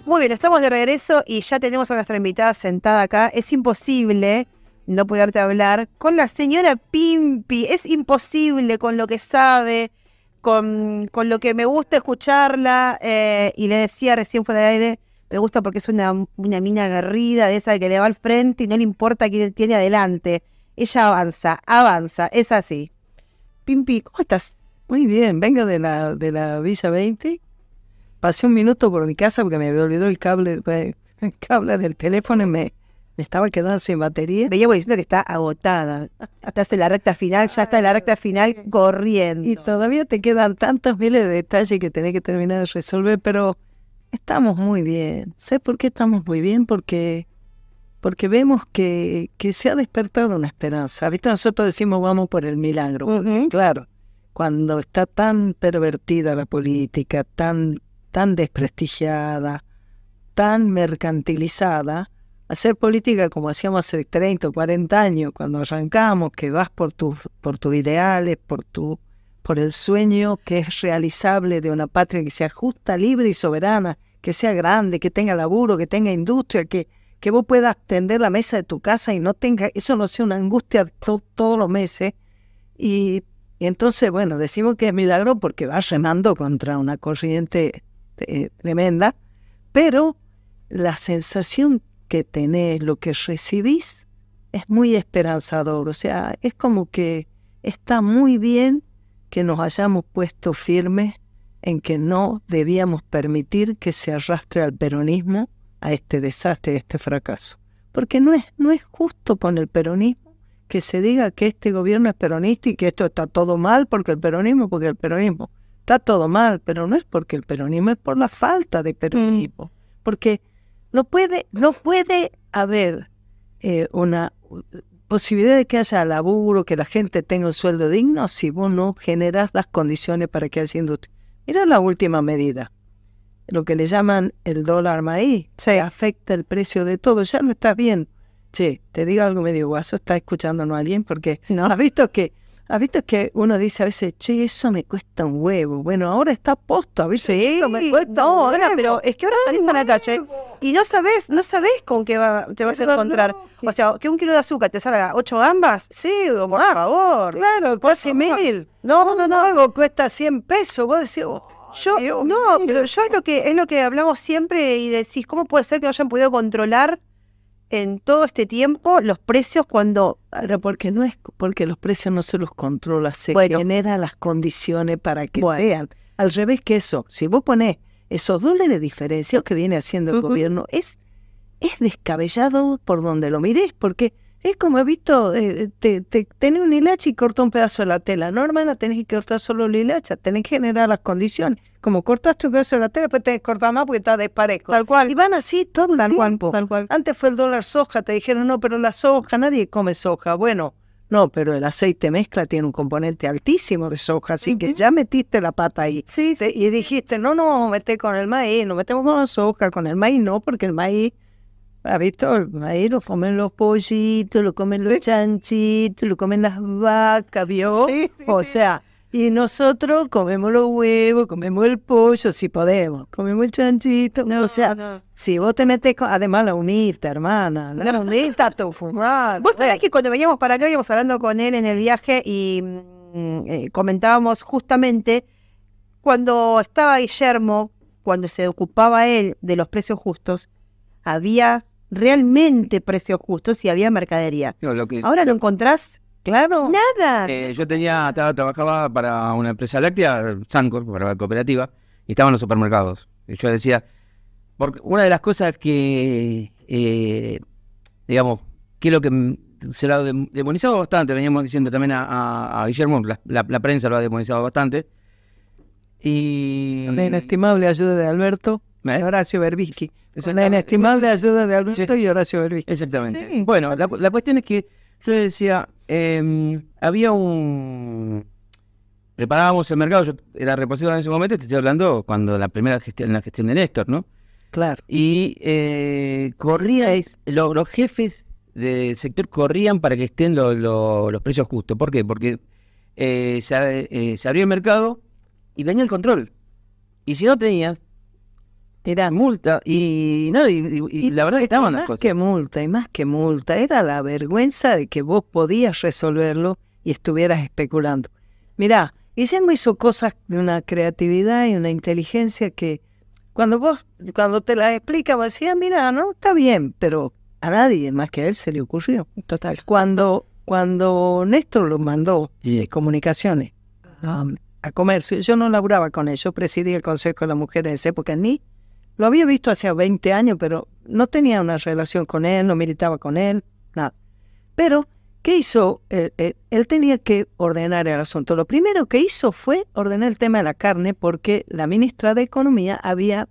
Muy bien, estamos de regreso y ya tenemos a nuestra invitada sentada acá. Es imposible no poderte hablar con la señora Pimpi. Es imposible con lo que sabe, con lo que me gusta escucharla. Y le decía recién fuera del aire, me gusta porque es una mina aguerrida, de esa que le va al frente y no le importa quién tiene adelante. Ella avanza, es así. Pimpi, ¿cómo estás? Muy bien, vengo de la Villa 20. Pasé un minuto por mi casa porque me había olvidado el cable del teléfono y me estaba quedando sin batería. Veíamos diciendo que está agotada. Estás en la recta final, ya está en la recta final corriendo. Y todavía te quedan tantos miles de detalles que tenés que terminar de resolver, pero estamos muy bien. ¿Sabes por qué estamos muy bien? Porque vemos que se ha despertado una esperanza. ¿Viste? Nosotros decimos vamos por el milagro. Claro, cuando está tan pervertida la política, tan desprestigiada, tan mercantilizada, hacer política como hacíamos hace 30 o 40 años, cuando arrancamos, que vas por tus ideales, por el sueño que es realizable de una patria que sea justa, libre y soberana, que sea grande, que tenga laburo, que tenga industria, que vos puedas tender la mesa de tu casa y eso no sea una angustia todos los meses. Y entonces, bueno, decimos que es milagro porque vas remando contra una corriente tremenda, pero la sensación que tenés, lo que recibís, es muy esperanzador. O sea, es como que está muy bien que nos hayamos puesto firmes en que no debíamos permitir que se arrastre al peronismo a este desastre, a este fracaso. Porque no es justo con el peronismo que se diga que este gobierno es peronista y que esto está todo mal porque el peronismo está todo mal, pero no es porque el peronismo, es por la falta de peronismo. Porque no puede haber una posibilidad de que haya laburo, que la gente tenga un sueldo digno si vos no generás las condiciones para que haya industria. Mira la última medida, lo que le llaman el dólar maíz, que afecta el precio de todo, ya lo estás viendo. Che, te digo algo medio guaso, ¿está escuchándonos alguien? Porque no. ¿Has visto que uno dice a veces, che, eso me cuesta un huevo? Bueno, ahora está posto, ¿viste? Sí, eso me cuesta un ahora, huevo. pero es que ahora salís a la calle y no sabés con qué te vas a encontrar. O sea, que un kilo de azúcar te salga 8 gambas. Sí, por favor. Claro, casi 1.000. No, algo cuesta 100 pesos. Vos decís, pero yo es lo que hablamos siempre y decís, ¿cómo puede ser que no hayan podido controlar en todo este tiempo los precios cuando... Pero porque los precios no se los controla, se generan las condiciones para que sean. Al revés que eso, si vos ponés esos dólares de diferencia que viene haciendo el gobierno, es descabellado por donde lo mires, porque es como he visto, tenés un hilacha y corta un pedazo de la tela. No, hermana, tenés que cortar solo el hilacha, tenés que generar las condiciones. Como cortaste un pedazo de la tela, después tenés que cortar más porque está desparejo. Tal cual. Y van así todo el tiempo. Tal cual. Antes fue el dólar soja, te dijeron, no, pero la soja, nadie come soja. Bueno, no, pero el aceite mezcla tiene un componente altísimo de soja, así que ya metiste la pata ahí. Sí. Y dijiste, no, vamos a meter con el maíz, nos metemos con la soja, con el maíz no, porque el maíz... ¿Has visto? El maíz lo comen los pollitos, lo comen los chanchitos, lo comen las vacas, ¿vio? Sí, o sea, y nosotros comemos los huevos, comemos el pollo, si podemos, comemos el chanchito. No, o sea, si vos te metes además la unita, hermana, la unita, tu fumar. Vos sabés que cuando veníamos para acá, íbamos hablando con él en el viaje y comentábamos justamente cuando estaba Guillermo, cuando se ocupaba él de los precios justos, había realmente precios justos y había mercadería. No, Ahora lo encontrás, claro, nada. Yo trabajaba para una empresa láctea, Sancor, para la cooperativa, y estaba en los supermercados. Y yo decía, porque una de las cosas que, digamos, que es lo que se lo ha demonizado bastante, veníamos diciendo también a Guillermo, la prensa lo ha demonizado bastante. Y la inestimable ayuda de Alberto. Horacio Berbisky. Es una inestimable ayuda de Alberto y Horacio Berbisky. Exactamente. Sí. Bueno, la cuestión es que yo le decía, había preparábamos el mercado, yo era repositor en ese momento, te estoy hablando cuando la gestión de Néstor, ¿no? Claro. Y los jefes del sector corrían para que estén los precios justos. ¿Por qué? Porque se abrió el mercado y venía el control. Y si no tenías, Mirá, multa y no, y la verdad que estaban las más cosas. que multa, y más que multa, era la vergüenza de que vos podías resolverlo y estuvieras especulando. Mirá, Guillermo hizo cosas de una creatividad y una inteligencia que cuando te las explica, vos decías, mira, no, está bien, pero a nadie más que a él se le ocurrió. Total. Cuando Néstor lo mandó de comunicaciones a comercio, yo no laburaba con él, yo presidía el Consejo de la Mujer en esa época, ni lo había visto hace 20 años, pero no tenía una relación con él, no militaba con él, nada. Pero, ¿qué hizo? Él tenía que ordenar el asunto. Lo primero que hizo fue ordenar el tema de la carne porque la ministra de Economía había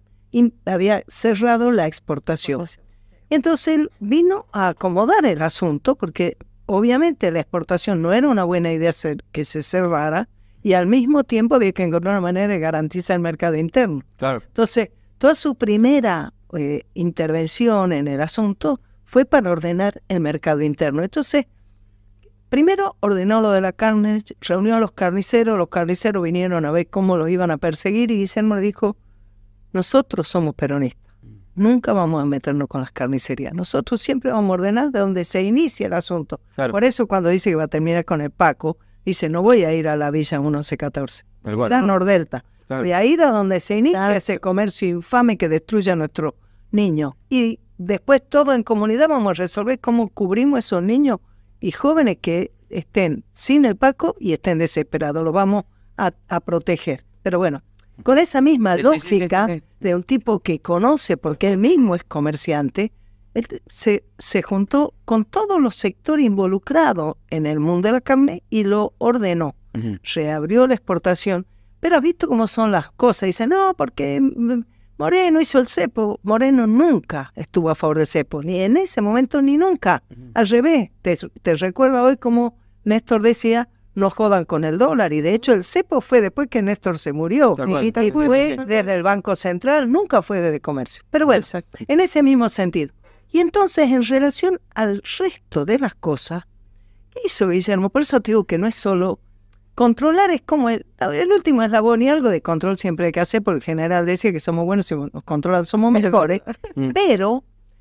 cerrado la exportación. Y entonces él vino a acomodar el asunto porque obviamente la exportación no era una buena idea que se cerrara y al mismo tiempo había que encontrar una manera de garantizar el mercado interno. Claro. Entonces, toda su primera intervención en el asunto fue para ordenar el mercado interno. Entonces, primero ordenó lo de la carne, reunió a los carniceros vinieron a ver cómo los iban a perseguir y Guillermo le dijo, nosotros somos peronistas, nunca vamos a meternos con las carnicerías, nosotros siempre vamos a ordenar de donde se inicia el asunto. Claro. Por eso cuando dice que va a terminar con el Paco, dice, no voy a ir a la Villa 1114, la Nordelta. Claro. Voy a ir a donde se inicia ese comercio infame que destruye a nuestros niños. Y después todo en comunidad vamos a resolver cómo cubrimos esos niños y jóvenes que estén sin el Paco y estén desesperados. Los vamos a proteger. Pero bueno, con esa misma lógica de un tipo que conoce, porque él mismo es comerciante, él se juntó con todos los sectores involucrados en el mundo de la carne y lo ordenó. Reabrió la exportación. Pero has visto cómo son las cosas. Dice, no, porque Moreno hizo el cepo. Moreno nunca estuvo a favor del cepo, ni en ese momento ni nunca. Al revés, te recuerda hoy como Néstor decía, no jodan con el dólar. Y de hecho el cepo fue después que Néstor se murió. Y fue desde el Banco Central, nunca fue desde comercio. Pero bueno, en ese mismo sentido. Y entonces, en relación al resto de las cosas, ¿qué hizo Guillermo? Por eso te digo que no es solo... Controlar es como el último eslabón y algo de control siempre hay que hacer, porque el general decía que somos buenos, si nos controlan somos mejores. Pero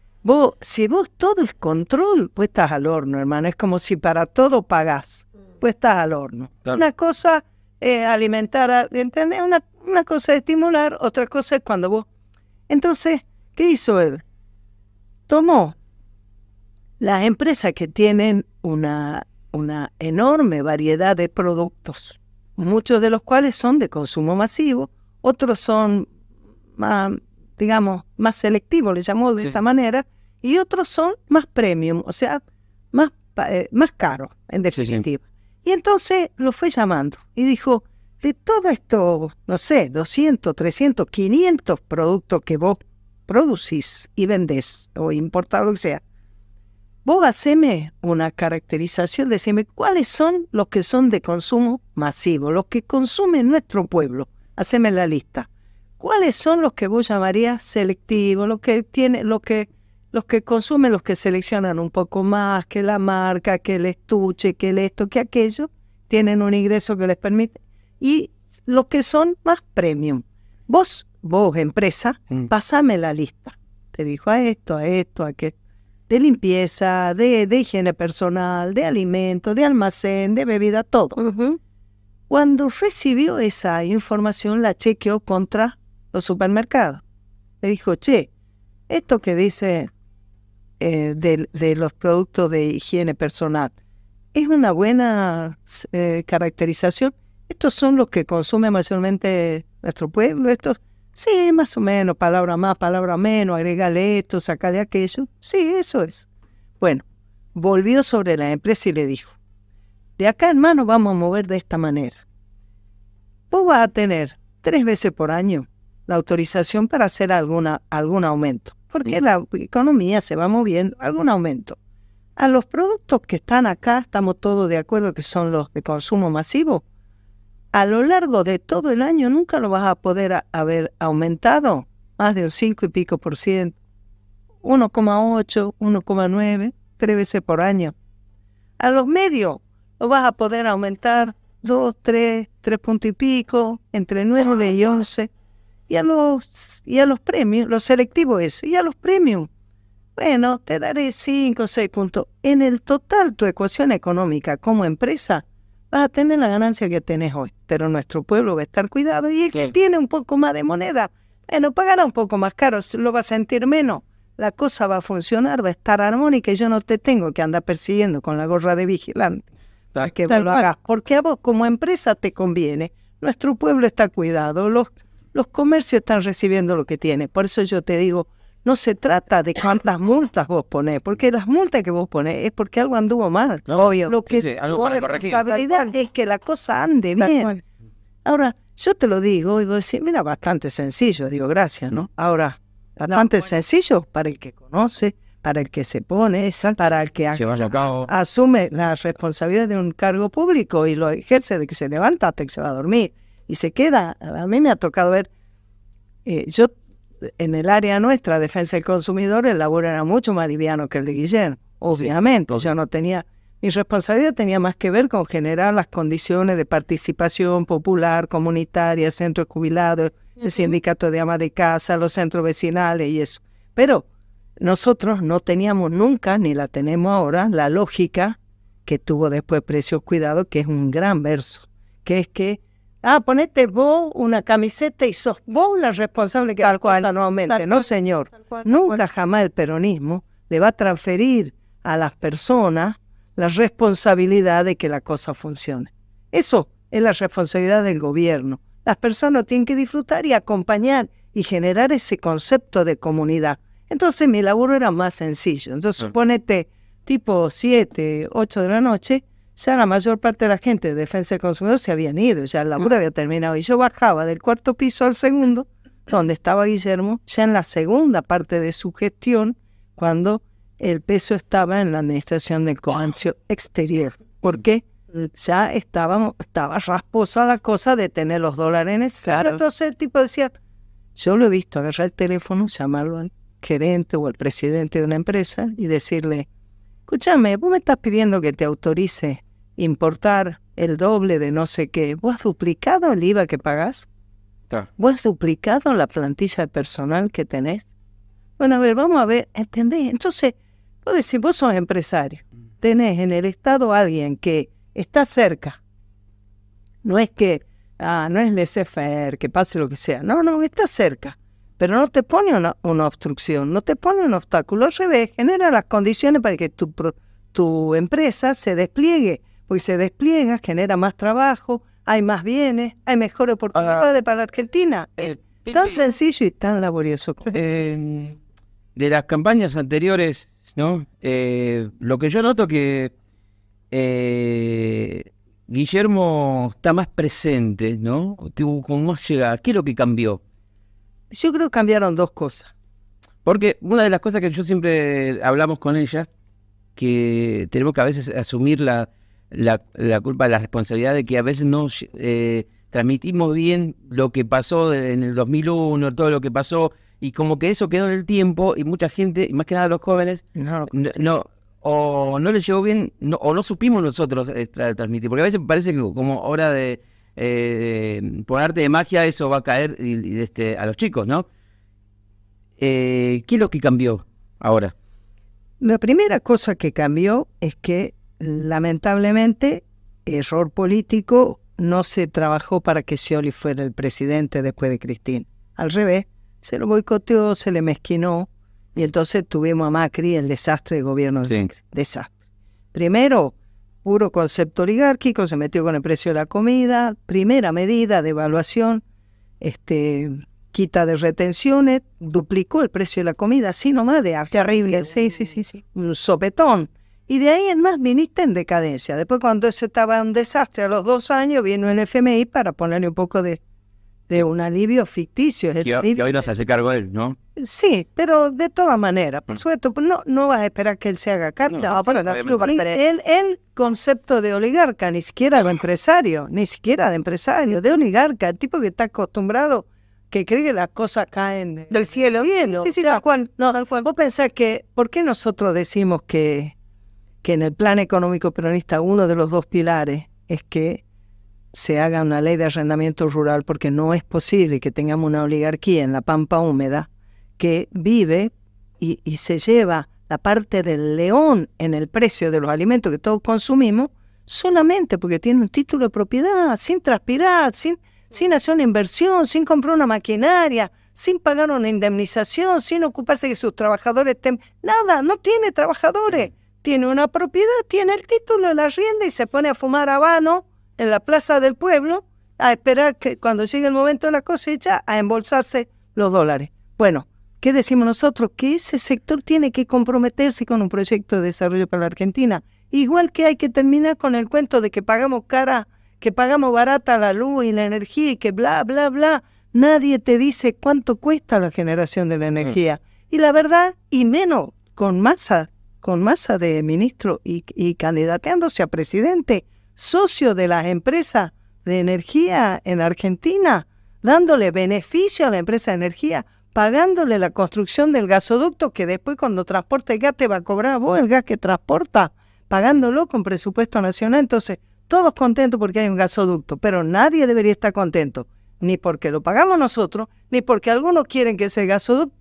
si vos todo es control, pues estás al horno, hermano. Es como si para todo pagás, pues estás al horno. Claro. Una cosa es alimentar, ¿entendés? Una cosa es estimular, otra cosa es cuando vos... Entonces, ¿qué hizo él? Tomó las empresas que tienen una enorme variedad de productos, muchos de los cuales son de consumo masivo, otros son más, digamos, más selectivos, le llamó de esa manera, y otros son más premium, o sea, más caros, en definitiva. Y entonces lo fue llamando y dijo, de todo esto, no sé, 200, 300, 500 productos que vos producís y vendés, o importás, lo que sea, vos haceme una caracterización, decime cuáles son los que son de consumo masivo, los que consume nuestro pueblo. Haceme la lista. ¿Cuáles son los que vos llamarías selectivos, los que consumen, los que seleccionan un poco más, que la marca, que el estuche, que el esto, que aquello, tienen un ingreso que les permite, y los que son más premium? Vos empresa, pasame la lista. Te dijo a esto, a aquello. De limpieza, de higiene personal, de alimentos, de almacén, de bebida, todo. Cuando recibió esa información, la chequeó contra los supermercados. Le dijo, che, esto que dice de los productos de higiene personal, ¿es una buena caracterización? ¿Estos son los que consume mayormente nuestro pueblo? ¿Estos? Sí, más o menos, palabra más, palabra menos, agregale esto, sacale aquello. Sí, eso es. Bueno, volvió sobre la empresa y le dijo, de acá en mano vamos a mover de esta manera. Vos vas a tener 3 veces por año la autorización para hacer algún aumento, porque la economía se va moviendo, algún aumento. A los productos que están acá, estamos todos de acuerdo que son los de consumo masivo, a lo largo de todo el año nunca lo vas a poder haber aumentado más del 5 y pico por ciento, 1,8, 1,9, 3 veces por año. A los medios lo vas a poder aumentar 2, 3 puntos y pico, entre 9 y 11. y a los premios, los selectivos eso, y a los premios. Bueno, te daré 5 o 6 puntos. En el total, tu ecuación económica como empresa, vas a tener la ganancia que tenés hoy. Pero nuestro pueblo va a estar cuidado y el que tiene un poco más de moneda, bueno, pagará un poco más caro, lo va a sentir menos. La cosa va a funcionar, va a estar armónica y yo no te tengo que andar persiguiendo con la gorra de vigilante para que vos lo hagas. Porque a vos como empresa te conviene. Nuestro pueblo está cuidado, los comercios están recibiendo lo que tiene. Por eso yo te digo, no se trata de cuántas multas vos ponés, porque las multas que vos ponés es porque algo anduvo mal. No, obvio. Lo que algo para corregir. La responsabilidad es que la cosa ande bien. Ahora, yo te lo digo y vos decís, mira, bastante sencillo. Digo, gracias, ¿no? Ahora, bastante sencillo para el que conoce, para el que se pone, para el que asume la responsabilidad de un cargo público y lo ejerce de que se levanta hasta que se va a dormir. Y se queda, a mí me ha tocado ver, yo en el área nuestra, defensa del consumidor, el labor era mucho más liviano que el de Guillermo. Obviamente, yo no tenía, mi responsabilidad tenía más que ver con generar las condiciones de participación popular, comunitaria, centros jubilados, el sindicato de amas de casa, los centros vecinales y eso. Pero nosotros no teníamos nunca, ni la tenemos ahora, la lógica que tuvo después Precios Cuidados, que es un gran verso, que es que ponete vos una camiseta y sos vos la responsable que la cosa no aumente. No, señor. Nunca jamás el peronismo le va a transferir a las personas la responsabilidad de que la cosa funcione. Eso es la responsabilidad del gobierno. Las personas tienen que disfrutar y acompañar y generar ese concepto de comunidad. Entonces mi laburo era más sencillo. Entonces ponete tipo 7, 8 de la noche, ya la mayor parte de la gente de defensa del consumidor se habían ido, ya el laburo había terminado. Y yo bajaba del 4º piso al 2º, donde estaba Guillermo, ya en la segunda parte de su gestión, cuando el peso estaba en la administración del comercio exterior. ¿Por qué? Ya estaba rasposa la cosa de tener los dólares necesarios. Entonces el tipo decía, yo lo he visto agarrar el teléfono, llamarlo al gerente o al presidente de una empresa y decirle, escúchame, vos me estás pidiendo que te autorice importar el doble de no sé qué. ¿Vos has duplicado el IVA que pagás? ¿Vos has duplicado la plantilla de personal que tenés? Bueno, a ver, vamos a ver, ¿entendés? Entonces, vos decís, vos sos empresario, tenés en el Estado a alguien que está cerca. No es que, no es laissez-faire, que pase lo que sea. No, está cerca. Pero no te pone una obstrucción, no te pone un obstáculo. Al revés, genera las condiciones para que tu empresa se despliegue. Porque se despliega, genera más trabajo, hay más bienes, hay mejores oportunidades para la Argentina. Tan sencillo y tan laborioso. De las campañas anteriores, ¿no? Lo que yo noto que Guillermo está más presente, ¿no? Tuvo como más llegada. ¿Qué es lo que cambió? Yo creo que cambiaron dos cosas. Porque una de las cosas que yo siempre hablamos con ella, que tenemos que a veces asumir la culpa, la responsabilidad de que a veces no transmitimos bien lo que pasó en el 2001, todo lo que pasó, y como que eso quedó en el tiempo y mucha gente, y más que nada los jóvenes, o no les llegó bien, o no supimos nosotros transmitir, porque a veces parece que como hora de por arte de magia eso va a caer a los chicos, ¿no? ¿Qué es lo que cambió ahora? La primera cosa que cambió es que lamentablemente, error político, no se trabajó para que Scioli fuera el presidente después de Cristina. Al revés, se lo boicoteó, se le mezquinó, y entonces tuvimos a Macri, el desastre de gobierno de Macri. Desastre. Primero, puro concepto oligárquico, se metió con el precio de la comida, primera medida de evaluación, quita de retenciones, duplicó el precio de la comida, así nomás de arte. Terrible, sí. Un sopetón. Y de ahí en más viniste en decadencia. Después cuando eso estaba un desastre, a los 2 años vino el FMI para ponerle un poco de un alivio ficticio. Que hoy nos hace cargo él, ¿no? Sí, pero de todas maneras, por supuesto, no vas a esperar que él se haga cargo. No, para nada. El concepto de oligarca, ni siquiera de empresario, de oligarca, el tipo que está acostumbrado, que cree que las cosas caen del cielo. Sí, tal cual. Vos pensás que, ¿por qué nosotros decimos que en el plan económico peronista uno de los 2 pilares es que se haga una ley de arrendamiento rural, porque no es posible que tengamos una oligarquía en la pampa húmeda que vive y se lleva la parte del león en el precio de los alimentos que todos consumimos, solamente porque tiene un título de propiedad, sin transpirar, sin hacer una inversión, sin comprar una maquinaria, sin pagar una indemnización, sin ocuparse de que sus trabajadores estén... Nada, no tiene trabajadores. Tiene una propiedad, tiene el título, la arrienda y se pone a fumar habano en la plaza del pueblo a esperar que cuando llegue el momento de la cosecha a embolsarse los dólares. Bueno, ¿qué decimos nosotros? Que ese sector tiene que comprometerse con un proyecto de desarrollo para la Argentina. Igual que hay que terminar con el cuento de que pagamos barata la luz y la energía y que bla, bla, bla. Nadie te dice cuánto cuesta la generación de la energía. Y la verdad, y menos con masa de ministro y candidateándose a presidente, socio de las empresas de energía en Argentina, dándole beneficio a la empresa de energía, pagándole la construcción del gasoducto que después cuando transporte el gas te va a cobrar vos el gas que transporta, pagándolo con presupuesto nacional. Entonces, todos contentos porque hay un gasoducto, pero nadie debería estar contento, ni porque lo pagamos nosotros, ni porque algunos quieren que ese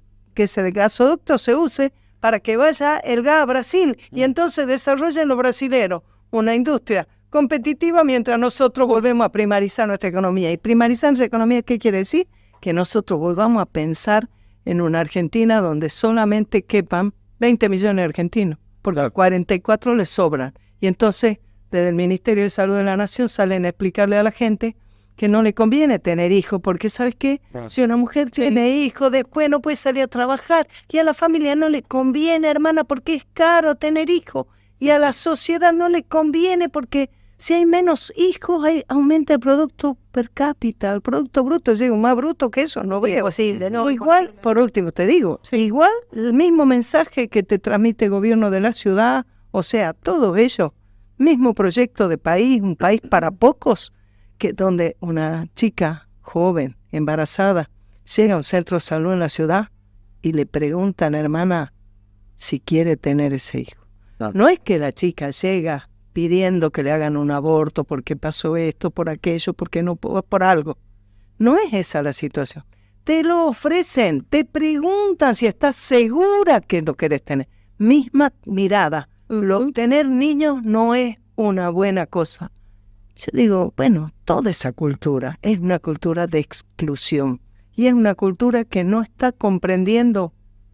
gasoducto se use para que vaya el gas a Brasil y entonces desarrollen los brasileros una industria competitiva mientras nosotros volvemos a primarizar nuestra economía. Y primarizar nuestra economía, ¿qué quiere decir? Que nosotros volvamos a pensar en una Argentina donde solamente quepan 20 millones de argentinos, porque 44 les sobran. Y entonces, desde el Ministerio de Salud de la Nación salen a explicarle a la gente que no le conviene tener hijos, porque ¿sabes qué? Si una mujer tiene hijos, después no puede salir a trabajar, y a la familia no le conviene, hermana, porque es caro tener hijos, y a la sociedad no le conviene, porque si hay menos hijos, aumenta el producto per cápita, el producto bruto, digo, más bruto que eso, no veo. Imposible, no. Igual, por último, te digo, igual el mismo mensaje que te transmite el gobierno de la ciudad, o sea, todo ello, mismo proyecto de país, un país para pocos, que donde una chica joven, embarazada, llega a un centro de salud en la ciudad y le preguntan, hermana, si quiere tener ese hijo. No es que la chica llega pidiendo que le hagan un aborto porque pasó esto, por aquello, porque no por algo. No es esa la situación. Te lo ofrecen, te preguntan si estás segura que lo querés tener. Misma mirada. Tener niños no es una buena cosa. Yo digo, bueno, toda esa cultura es una cultura de exclusión y es una cultura que no está comprendiendo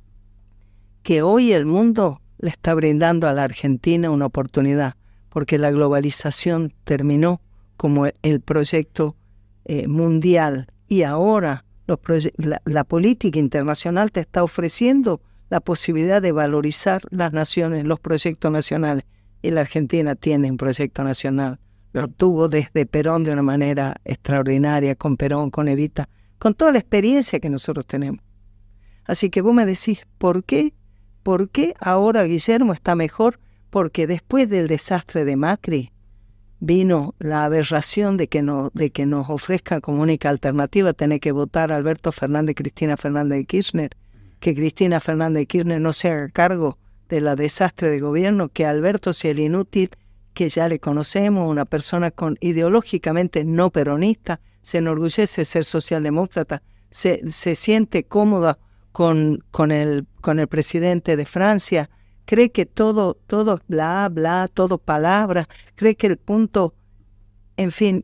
que hoy el mundo le está brindando a la Argentina una oportunidad, porque la globalización terminó como el proyecto mundial y ahora la política internacional te está ofreciendo la posibilidad de valorizar las naciones, los proyectos nacionales, y la Argentina tiene un proyecto nacional. Lo tuvo desde Perón de una manera extraordinaria, con Perón, con Evita, con toda la experiencia que nosotros tenemos. Así que vos me decís, ¿por qué? ¿Por qué ahora Guillermo está mejor? Porque después del desastre de Macri vino la aberración de que nos ofrezca como única alternativa tener que votar a Alberto Fernández y Cristina Fernández de Kirchner, que Cristina Fernández de Kirchner no se haga cargo de la desastre de gobierno, que Alberto sea el inútil, que ya le conocemos, una persona ideológicamente no peronista, se enorgullece de ser socialdemócrata, se siente cómoda con el presidente de Francia, cree que todo bla, bla, todo palabra, cree que el punto, en fin,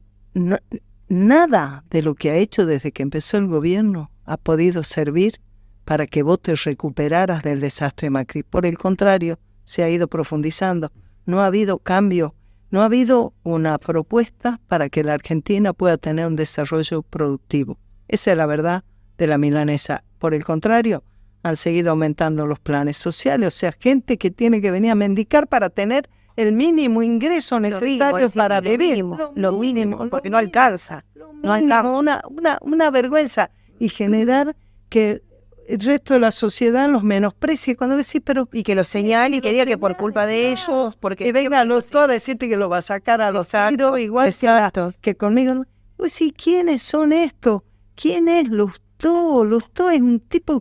nada de lo que ha hecho desde que empezó el gobierno ha podido servir para que vos te recuperaras del desastre de Macri. Por el contrario, se ha ido profundizando. No ha habido cambio, no ha habido una propuesta para que la Argentina pueda tener un desarrollo productivo. Esa es la verdad de la milanesa. Por el contrario, han seguido aumentando los planes sociales, o sea, gente que tiene que venir a mendigar para tener el mínimo ingreso necesario para vivir. Lo mínimo, porque no alcanza. No alcanza. Una vergüenza. Y generar que el resto de la sociedad los menosprecie cuando decís, pero... Y que lo señale y que diga que por culpa de ellos, porque... Que venga todo a decirte que lo va a sacar a los tiros, igual que conmigo. Pues sí, ¿quiénes son estos? ¿Quién es Lustó? Lustó es un tipo que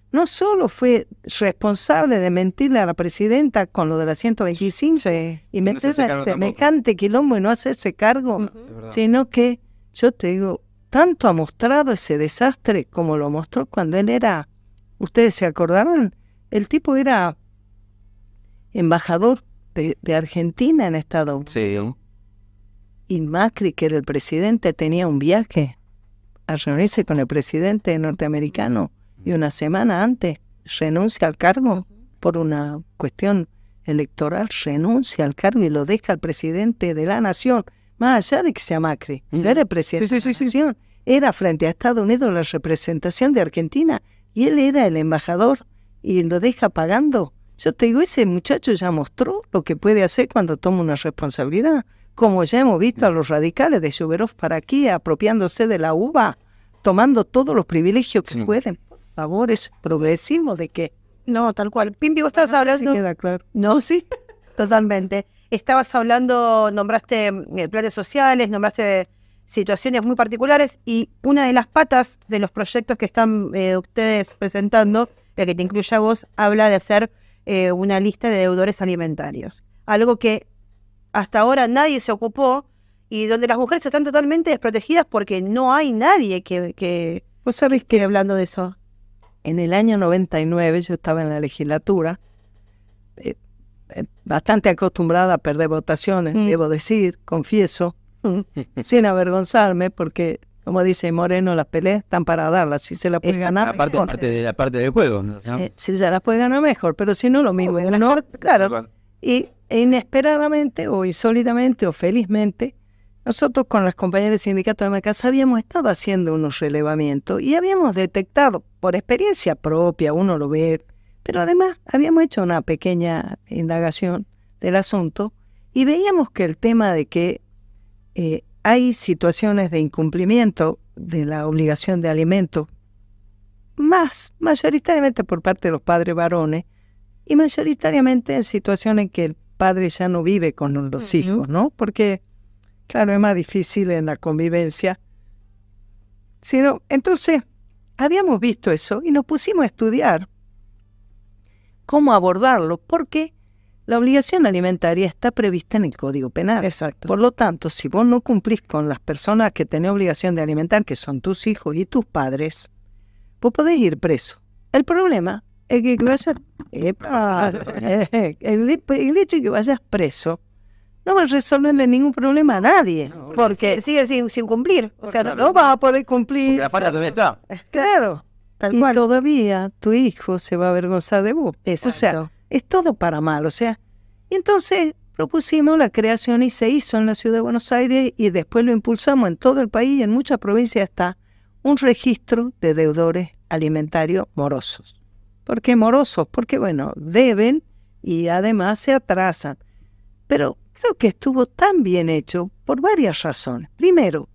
no solo fue responsable de mentirle a la presidenta con lo de la 125 y no se hace meterle cargo semejante quilombo y no hacerse cargo, Es verdad. sino que, yo te digo, tanto ha mostrado ese desastre como lo mostró cuando él era, ustedes se acordarán, el tipo era embajador de Argentina en Estados Unidos. Sí. Y Macri, que era el presidente, tenía un viaje a reunirse con el presidente norteamericano y una semana antes renuncia al cargo por una cuestión electoral, renuncia al cargo y lo deja al presidente de la nación, más allá de que sea Macri. No era el presidente de la nación, era frente a Estados Unidos la representación de Argentina y él era el embajador y lo deja pagando. Yo te digo, ese muchacho ya mostró lo que puede hacer cuando toma una responsabilidad. Como ya hemos visto a los radicales de Suberov para aquí, apropiándose de la uva, tomando todos los privilegios que pueden. Por favor, es progresivo de que... No, tal cual. Pimpi, vos estabas hablando... queda claro. No, sí, totalmente. Estabas hablando, nombraste planes sociales, nombraste situaciones muy particulares y una de las patas de los proyectos que están ustedes presentando, la que te incluye a vos, habla de hacer una lista de deudores alimentarios. Algo que hasta ahora nadie se ocupó y donde las mujeres están totalmente desprotegidas porque no hay nadie que Vos sabés que hablando de eso. en el año 99 yo estaba en la legislatura, bastante acostumbrada a perder votaciones, debo decir, confieso, sin avergonzarme, porque, como dice Moreno, las peleas están para darlas. Si se la puede ganar, Aparte, mejor. parte de la parte del juego, ¿no? Si se las puede ganar, mejor, pero si no, lo mismo. ¿no? Claro. Y inesperadamente, o insólitamente, o felizmente, nosotros con las compañeras del sindicato de Macasa habíamos estado haciendo unos relevamientos y habíamos detectado, por experiencia propia, uno lo ve, pero además habíamos hecho una pequeña indagación del asunto y veíamos que el tema de que hay situaciones de incumplimiento de la obligación de alimento, mayoritariamente por parte de los padres varones y mayoritariamente en situaciones en que el padre ya no vive con los hijos, ¿no? Porque, claro, es más difícil en la convivencia. Entonces, habíamos visto eso y nos pusimos a estudiar cómo abordarlo, porque la obligación alimentaria está prevista en el Código Penal. Exacto. Por lo tanto, si vos no cumplís con las personas que tenés obligación de alimentar, que son tus hijos y tus padres, vos podés ir preso. El problema es que vayas... el hecho de que vayas preso no va a resolverle ningún problema a nadie. Porque sigue sin cumplir. O sea, No vas a poder cumplir. La pata todavía está. Claro. Tal cual. Todavía tu hijo se va a avergonzar de vos. O sea, es todo para mal. O sea, y entonces propusimos la creación y se hizo en la ciudad de Buenos Aires y después lo impulsamos en todo el país y en muchas provincias está un registro de deudores alimentarios morosos. ¿Por qué morosos? Porque, bueno, deben y además se atrasan. Pero creo que estuvo tan bien hecho por varias razones. Primero,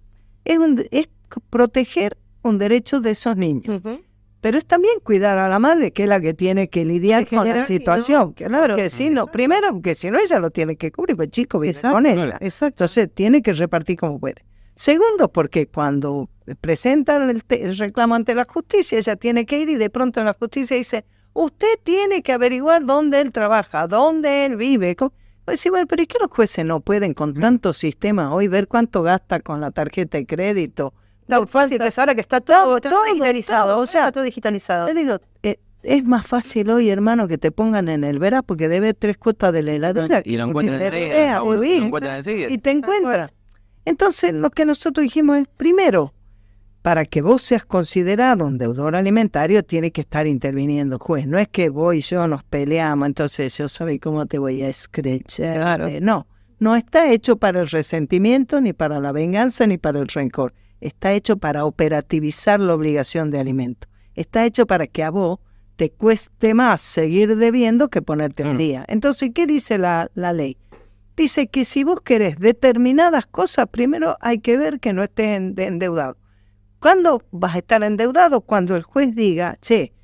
es proteger un derecho de esos niños. Pero es también cuidar a la madre, que es la que tiene que lidiar con la situación. Claro, que si no, primero, porque si no ella lo tiene que cubrir, pues el chico viene con ella. Entonces tiene que repartir como puede. Segundo, porque cuando presentan el reclamo ante la justicia, ella tiene que ir y de pronto en la justicia dice, usted tiene que averiguar dónde él trabaja, dónde él vive. Pues sí, bueno, pero ¿y qué los jueces no pueden con tantos sistemas hoy ver cuánto gasta con la tarjeta de crédito? Tan fácil que es ahora que está todo digitalizado. O sea, todo digitalizado. Te digo, es más fácil hoy, hermano, que te pongan en el Verás porque debe 3 cuotas de la heladera. Y lo encuentran enseguida. Y te encuentran. Entonces, lo que nosotros dijimos es, primero, para que vos seas considerado un deudor alimentario, tiene que estar interviniendo el juez. No es que vos y yo nos peleamos, entonces yo sabés cómo te voy a escrechar. Claro. No está hecho para el resentimiento, ni para la venganza, ni para el rencor. Está hecho para operativizar la obligación de alimento. Está hecho para que a vos te cueste más seguir debiendo que ponerte al día. Entonces, ¿qué dice la ley? Dice que si vos querés determinadas cosas, primero hay que ver que no estés endeudado. ¿Cuándo vas a estar endeudado? Cuando el juez diga, che,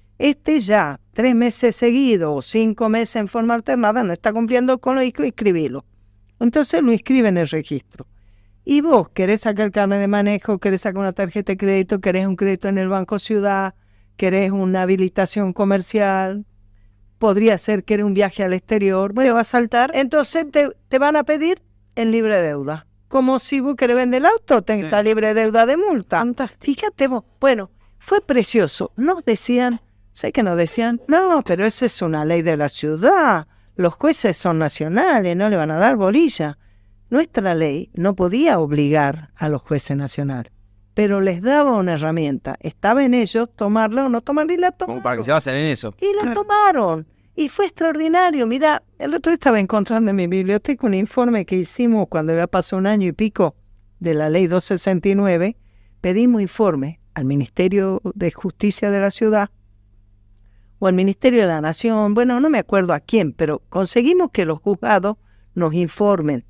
ya 3 meses seguidos o 5 meses en forma alternada no está cumpliendo con lo que inscribilo. Entonces lo inscribe en el registro. Y vos querés sacar el carnet de manejo, querés sacar una tarjeta de crédito, querés un crédito en el Banco Ciudad, querés una habilitación comercial, podría ser que eres un viaje al exterior. Bueno, Te va a saltar. entonces te van a pedir el libre deuda. Como si vos querés vender el auto, está libre deuda de multa. Fíjate vos. Bueno, fue precioso. Nos decían, sé que nos decían, no, pero esa es una ley de la ciudad. Los jueces son nacionales, no le van a dar bolilla. Nuestra ley no podía obligar a los jueces nacionales, pero les daba una herramienta. Estaba en ellos tomarla o no tomarla, y la tomaron. Como para que se basen en eso. Y la tomaron. Y fue extraordinario. Mira, el otro día estaba encontrando en mi biblioteca un informe que hicimos cuando ya pasó 1 año y pico de la ley 269. Pedimos informe al Ministerio de Justicia de la ciudad o al Ministerio de la Nación. Bueno, no me acuerdo a quién, pero conseguimos que los juzgados nos informen.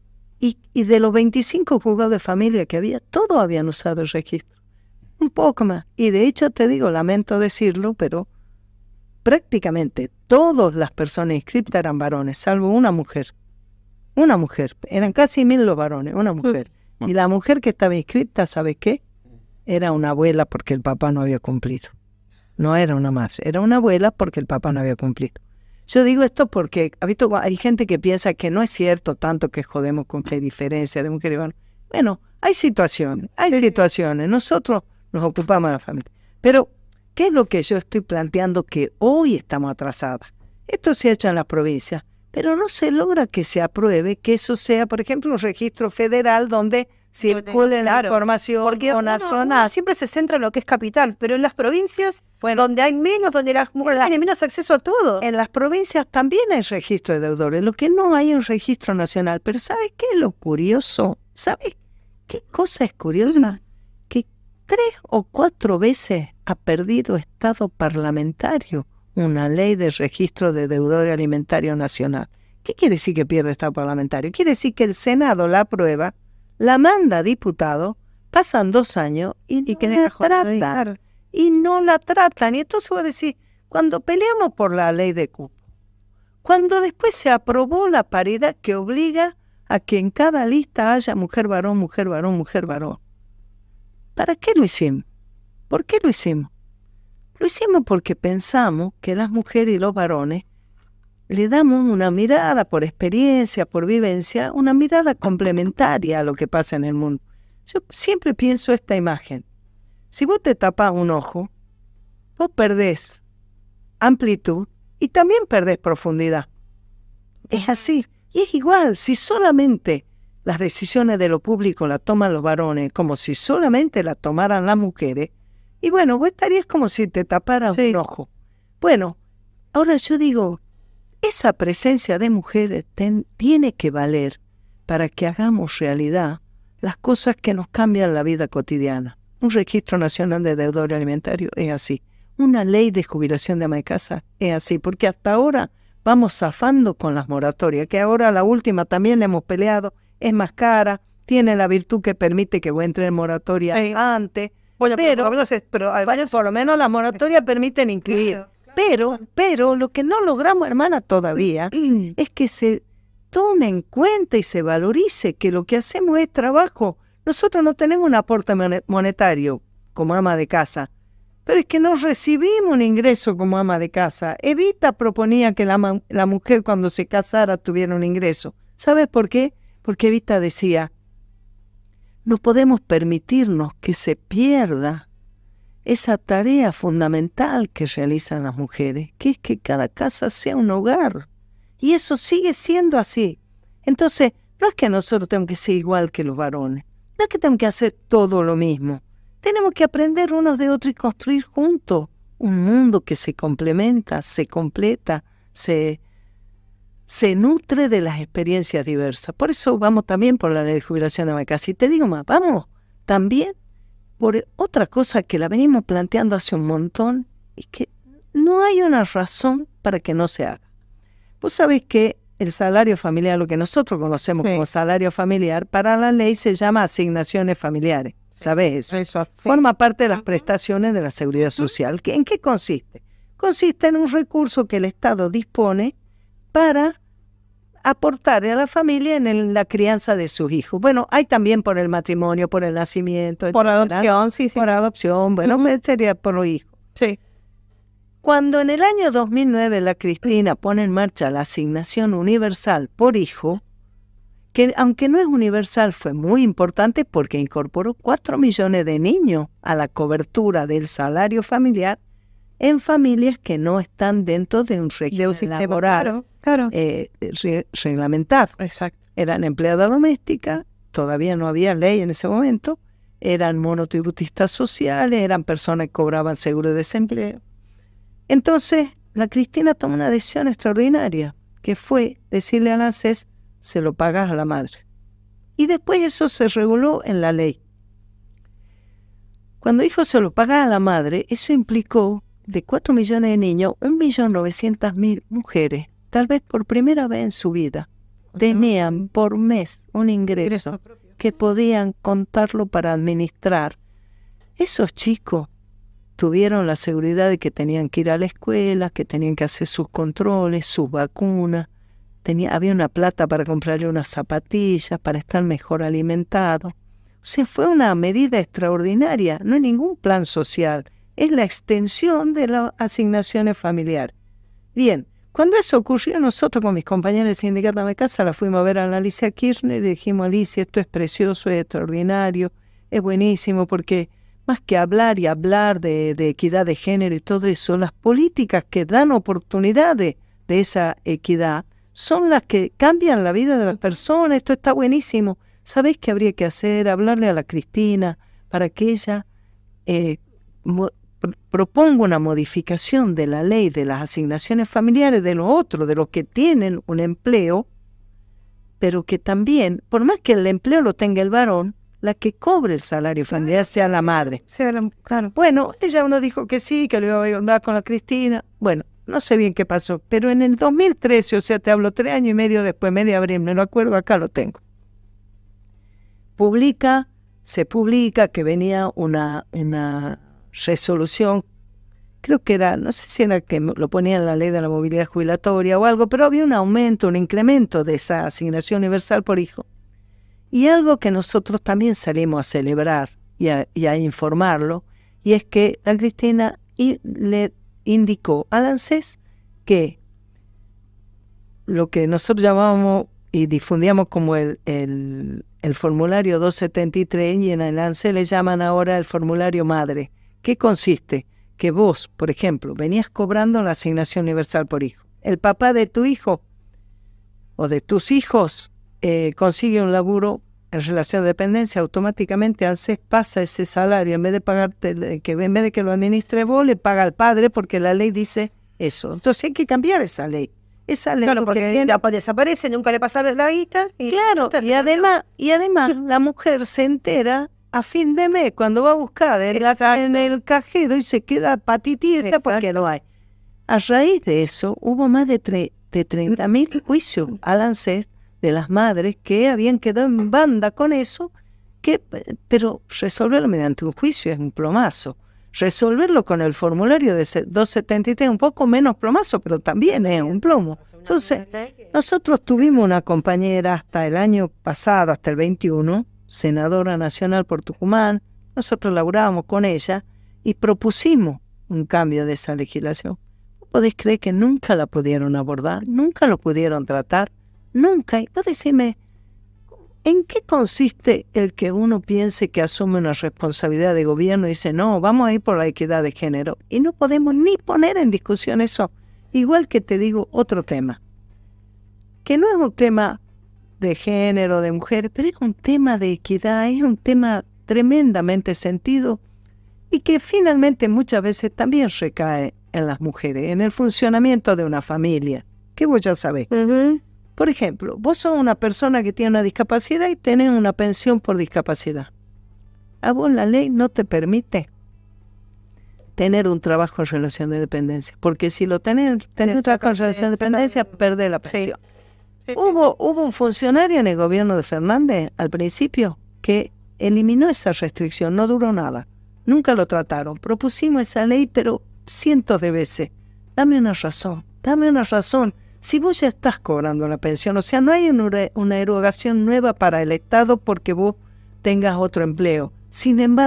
Y de los 25 juzgados de familia que había, todos habían usado el registro. Un poco más. Y de hecho, te digo, lamento decirlo, pero prácticamente todas las personas inscritas eran varones, salvo una mujer. Una mujer. Eran casi 1000 los varones, una mujer. Y la mujer que estaba inscrita, ¿sabe qué? Era una abuela porque el papá no había cumplido. No era una madre, era una abuela porque el papá no había cumplido. Yo digo esto porque hay gente que piensa que no es cierto tanto que jodemos con que hay diferencia de mujer y varón. Bueno, hay situaciones. Nosotros nos ocupamos de la familia. Pero, ¿qué es lo que yo estoy planteando que hoy estamos atrasadas? Esto se ha hecho en las provincias, pero no se logra que se apruebe que eso sea, por ejemplo, un registro federal donde circule la información Porque con la zona. uno siempre se centra en lo que es capital, pero en las provincias, donde hay menos, donde las mujeres tienen menos acceso a todo. En las provincias también hay registro de deudores, lo que no hay es un registro nacional. Pero ¿sabes qué es lo curioso? ¿Sabes qué cosa es curiosa? Que 3 o 4 veces ha perdido estado parlamentario una ley de registro de deudor alimentario nacional. ¿Qué quiere decir que pierde estado parlamentario? Quiere decir que el Senado la aprueba, la manda a diputado, pasan 2 años y no la tratan. Claro. Y no la tratan. Y entonces voy a decir, cuando peleamos por la ley de cupo, cuando después se aprobó la paridad que obliga a que en cada lista haya mujer, varón, mujer, varón, mujer, varón, ¿para qué lo hicimos? ¿Por qué lo hicimos? Lo hicimos porque pensamos que las mujeres y los varones le damos una mirada por experiencia, por vivencia, una mirada complementaria a lo que pasa en el mundo. Yo siempre pienso esta imagen. Si vos te tapas un ojo, vos perdés amplitud y también perdés profundidad. Es así. Y es igual, si solamente las decisiones de lo público las toman los varones, como si solamente las tomaran las mujeres, y bueno, vos estarías como si te taparas un ojo. Bueno, ahora yo digo, esa presencia de mujeres tiene que valer para que hagamos realidad las cosas que nos cambian la vida cotidiana. Un registro nacional de deudor alimentario es así. Una ley de jubilación de ama de casa es así, porque hasta ahora vamos zafando con las moratorias, que ahora la última también la hemos peleado, es más cara, tiene la virtud que permite que vos entre en moratoria antes. Bueno, pero por lo menos las moratorias permiten incluir. Claro. Pero lo que no logramos, hermana, todavía, es que se tome en cuenta y se valorice que lo que hacemos es trabajo. Nosotros no tenemos un aporte monetario como ama de casa, pero es que no recibimos un ingreso como ama de casa. Evita proponía que la mujer cuando se casara tuviera un ingreso. ¿Sabes por qué? Porque Evita decía, no podemos permitirnos que se pierda esa tarea fundamental que realizan las mujeres, que es que cada casa sea un hogar. Y eso sigue siendo así. Entonces, no es que nosotros tenemos que ser igual que los varones. No es que tenemos que hacer todo lo mismo. Tenemos que aprender unos de otros y construir juntos un mundo que se complementa, se completa, se nutre de las experiencias diversas. Por eso vamos también por la ley de jubilación de ama de casa. Y te digo más, vamos también por otra cosa que la venimos planteando hace un montón y que no hay una razón para que no se haga. Vos sabés que el salario familiar, lo que nosotros conocemos como salario familiar, para la ley se llama asignaciones familiares. ¿Sabés eso? Forma parte de las prestaciones de la seguridad social. ¿En qué consiste? Consiste en un recurso que el Estado dispone para aportar a la familia en la crianza de sus hijos. Bueno, hay también por el matrimonio, por el nacimiento, por etcétera. adopción, sí. Por adopción, bueno, sería por los hijos. Sí. Cuando en el año 2009 la Cristina pone en marcha la asignación universal por hijo, que aunque no es universal fue muy importante porque incorporó 4 millones de niños a la cobertura del salario familiar en familias que no están dentro de un régimen laboral Claro. reglamentado. Exacto. Eran empleadas domésticas, todavía no había ley en ese momento, eran monotributistas sociales, eran personas que cobraban seguro de desempleo. Entonces, la Cristina tomó una decisión extraordinaria, que fue decirle a ANSES, se lo pagas a la madre. Y después eso se reguló en la ley. Cuando dijo se lo pagas a la madre, eso implicó de 4 millones de niños, 1.900.000 mujeres, tal vez por primera vez en su vida, tenían por mes un ingreso que podían contarlo para administrar. Esos chicos tuvieron la seguridad de que tenían que ir a la escuela, que tenían que hacer sus controles, sus vacunas, había una plata para comprarle unas zapatillas, para estar mejor alimentados. O sea, fue una medida extraordinaria, no es ningún plan social, es la extensión de las asignaciones familiares. Bien, cuando eso ocurrió, nosotros con mis compañeros de sindicato de casa la fuimos a ver a la Alicia Kirchner y le dijimos, Alicia, esto es precioso, es extraordinario, es buenísimo, porque más que hablar y hablar de equidad de género y todo eso, las políticas que dan oportunidades de esa equidad son las que cambian la vida de las personas. Esto está buenísimo. ¿Sabéis qué habría que hacer? Hablarle a la Cristina para que ella proponga una modificación de la ley de las asignaciones familiares de los otros, de los que tienen un empleo, pero que también, por más que el empleo lo tenga el varón, la que cobre el salario familiar sea la madre. Claro. Bueno, ella uno dijo que sí, que lo iba a hablar con la Cristina. Bueno, no sé bien qué pasó, pero en el 2013, o sea, te hablo 3 años y medio después, medio abril, me lo acuerdo, acá lo tengo. Se publica que venía una resolución, creo que era, no sé si era que lo ponía en la ley de la movilidad jubilatoria o algo, pero había un aumento, un incremento de esa asignación universal por hijo. Y algo que nosotros también salimos a celebrar y a informarlo, y es que la Cristina le indicó al ANSES que lo que nosotros llamábamos y difundíamos como el formulario 273, y en el ANSES le llaman ahora el formulario madre. ¿Qué consiste? Que vos, por ejemplo, venías cobrando la asignación universal por hijo. El papá de tu hijo o de tus hijos consigue un laburo en relación de dependencia, automáticamente ANSES pasa ese salario, en vez de pagarte, que en vez de que lo administre vos, le paga al padre, porque la ley dice eso. Entonces hay que cambiar esa ley. Esa ley, Claro, porque desaparece, nunca le pasa la guita. Claro, y además la mujer se entera a fin de mes, cuando va a buscar en el cajero, y se queda patitiza porque no hay. A raíz de eso, hubo más de 30.000 juicios al ANSES de las madres que habían quedado en banda con eso, pero resolverlo mediante un juicio es un plomazo. Resolverlo con el formulario de 273 es un poco menos plomazo, pero también es un plomo. Entonces, nosotros tuvimos una compañera hasta el año pasado, hasta el 21, senadora nacional por Tucumán. Nosotros laburábamos con ella y propusimos un cambio de esa legislación. ¿No podéis creer que nunca la pudieron abordar? Nunca lo pudieron tratar. Nunca. Y vos decime, ¿en qué consiste el que uno piense que asume una responsabilidad de gobierno y dice, no, vamos a ir por la equidad de género? Y no podemos ni poner en discusión eso. Igual que te digo otro tema, que no es un tema de género, de mujer, pero es un tema de equidad, es un tema tremendamente sentido y que finalmente muchas veces también recae en las mujeres, en el funcionamiento de una familia, que vos ya sabés. Por ejemplo, vos sos una persona que tiene una discapacidad y tenés una pensión por discapacidad. A vos la ley no te permite tener un trabajo en relación de dependencia, porque si lo tenés un trabajo en relación de dependencia, perdés la pensión. Hubo un funcionario en el gobierno de Fernández al principio que eliminó esa restricción, no duró nada, nunca lo trataron. Propusimos esa ley, pero cientos de veces. Dame una razón. Si vos ya estás cobrando la pensión, o sea, no hay una erogación nueva para el Estado porque vos tengas otro empleo. Sin embargo,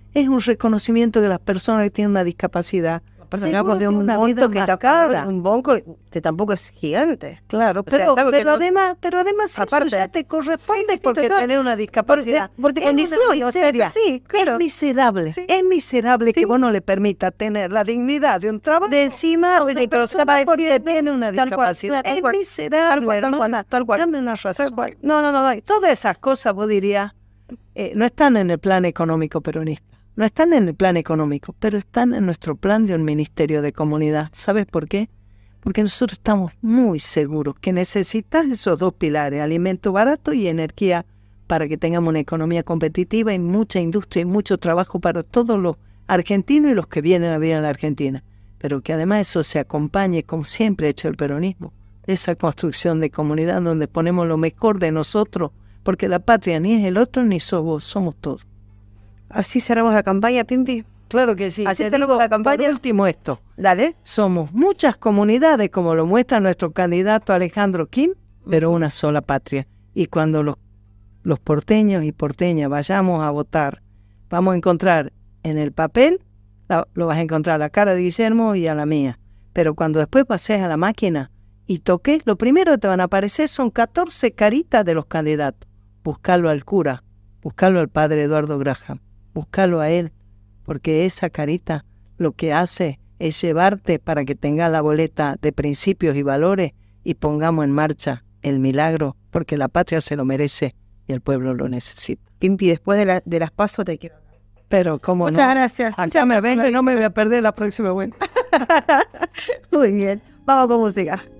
es un reconocimiento de las personas que tienen una discapacidad. Hablamos de un monto que un banco que tampoco es gigante. Claro, pero además aparte, eso ya te corresponde porque tener una discapacidad. Porque condición, sí, claro. Es miserable que vos no le permitas tener la dignidad de un trabajo de encima de persona porque tiene una discapacidad. Es miserable, tal cual. Dame una razón. No. Todas esas cosas vos dirías, no están en el plan económico peronista. No están en el plan económico, pero están en nuestro plan de un ministerio de comunidad. ¿Sabes por qué? Porque nosotros estamos muy seguros que necesitas esos dos pilares, alimento barato y energía, para que tengamos una economía competitiva y mucha industria y mucho trabajo para todos los argentinos y los que vienen a vivir en la Argentina. Pero que además eso se acompañe, como siempre ha hecho el peronismo, esa construcción de comunidad donde ponemos lo mejor de nosotros, porque la patria ni es el otro ni sos vos, somos todos. Así cerramos la campaña, Pimpi. Claro que sí. Así cerramos la campaña. Por último esto. Dale. Somos muchas comunidades, como lo muestra nuestro candidato Alejandro Kim, pero una sola patria. Y cuando los porteños y porteñas vayamos a votar, vamos a encontrar en el papel, lo vas a encontrar a la cara de Guillermo y a la mía. Pero cuando después pases a la máquina y toques, lo primero que te van a aparecer son 14 caritas de los candidatos. Buscarlo al cura, buscarlo al padre Eduardo Graham. Búscalo a él, porque esa carita lo que hace es llevarte para que tengas la boleta de principios y valores y pongamos en marcha el milagro, porque la patria se lo merece y el pueblo lo necesita. Pimpi, después de las PASO te quiero. Pero cómo no. Muchas gracias. Acá me vengo y no me voy a perder la próxima vuelta. Muy bien, vamos con música.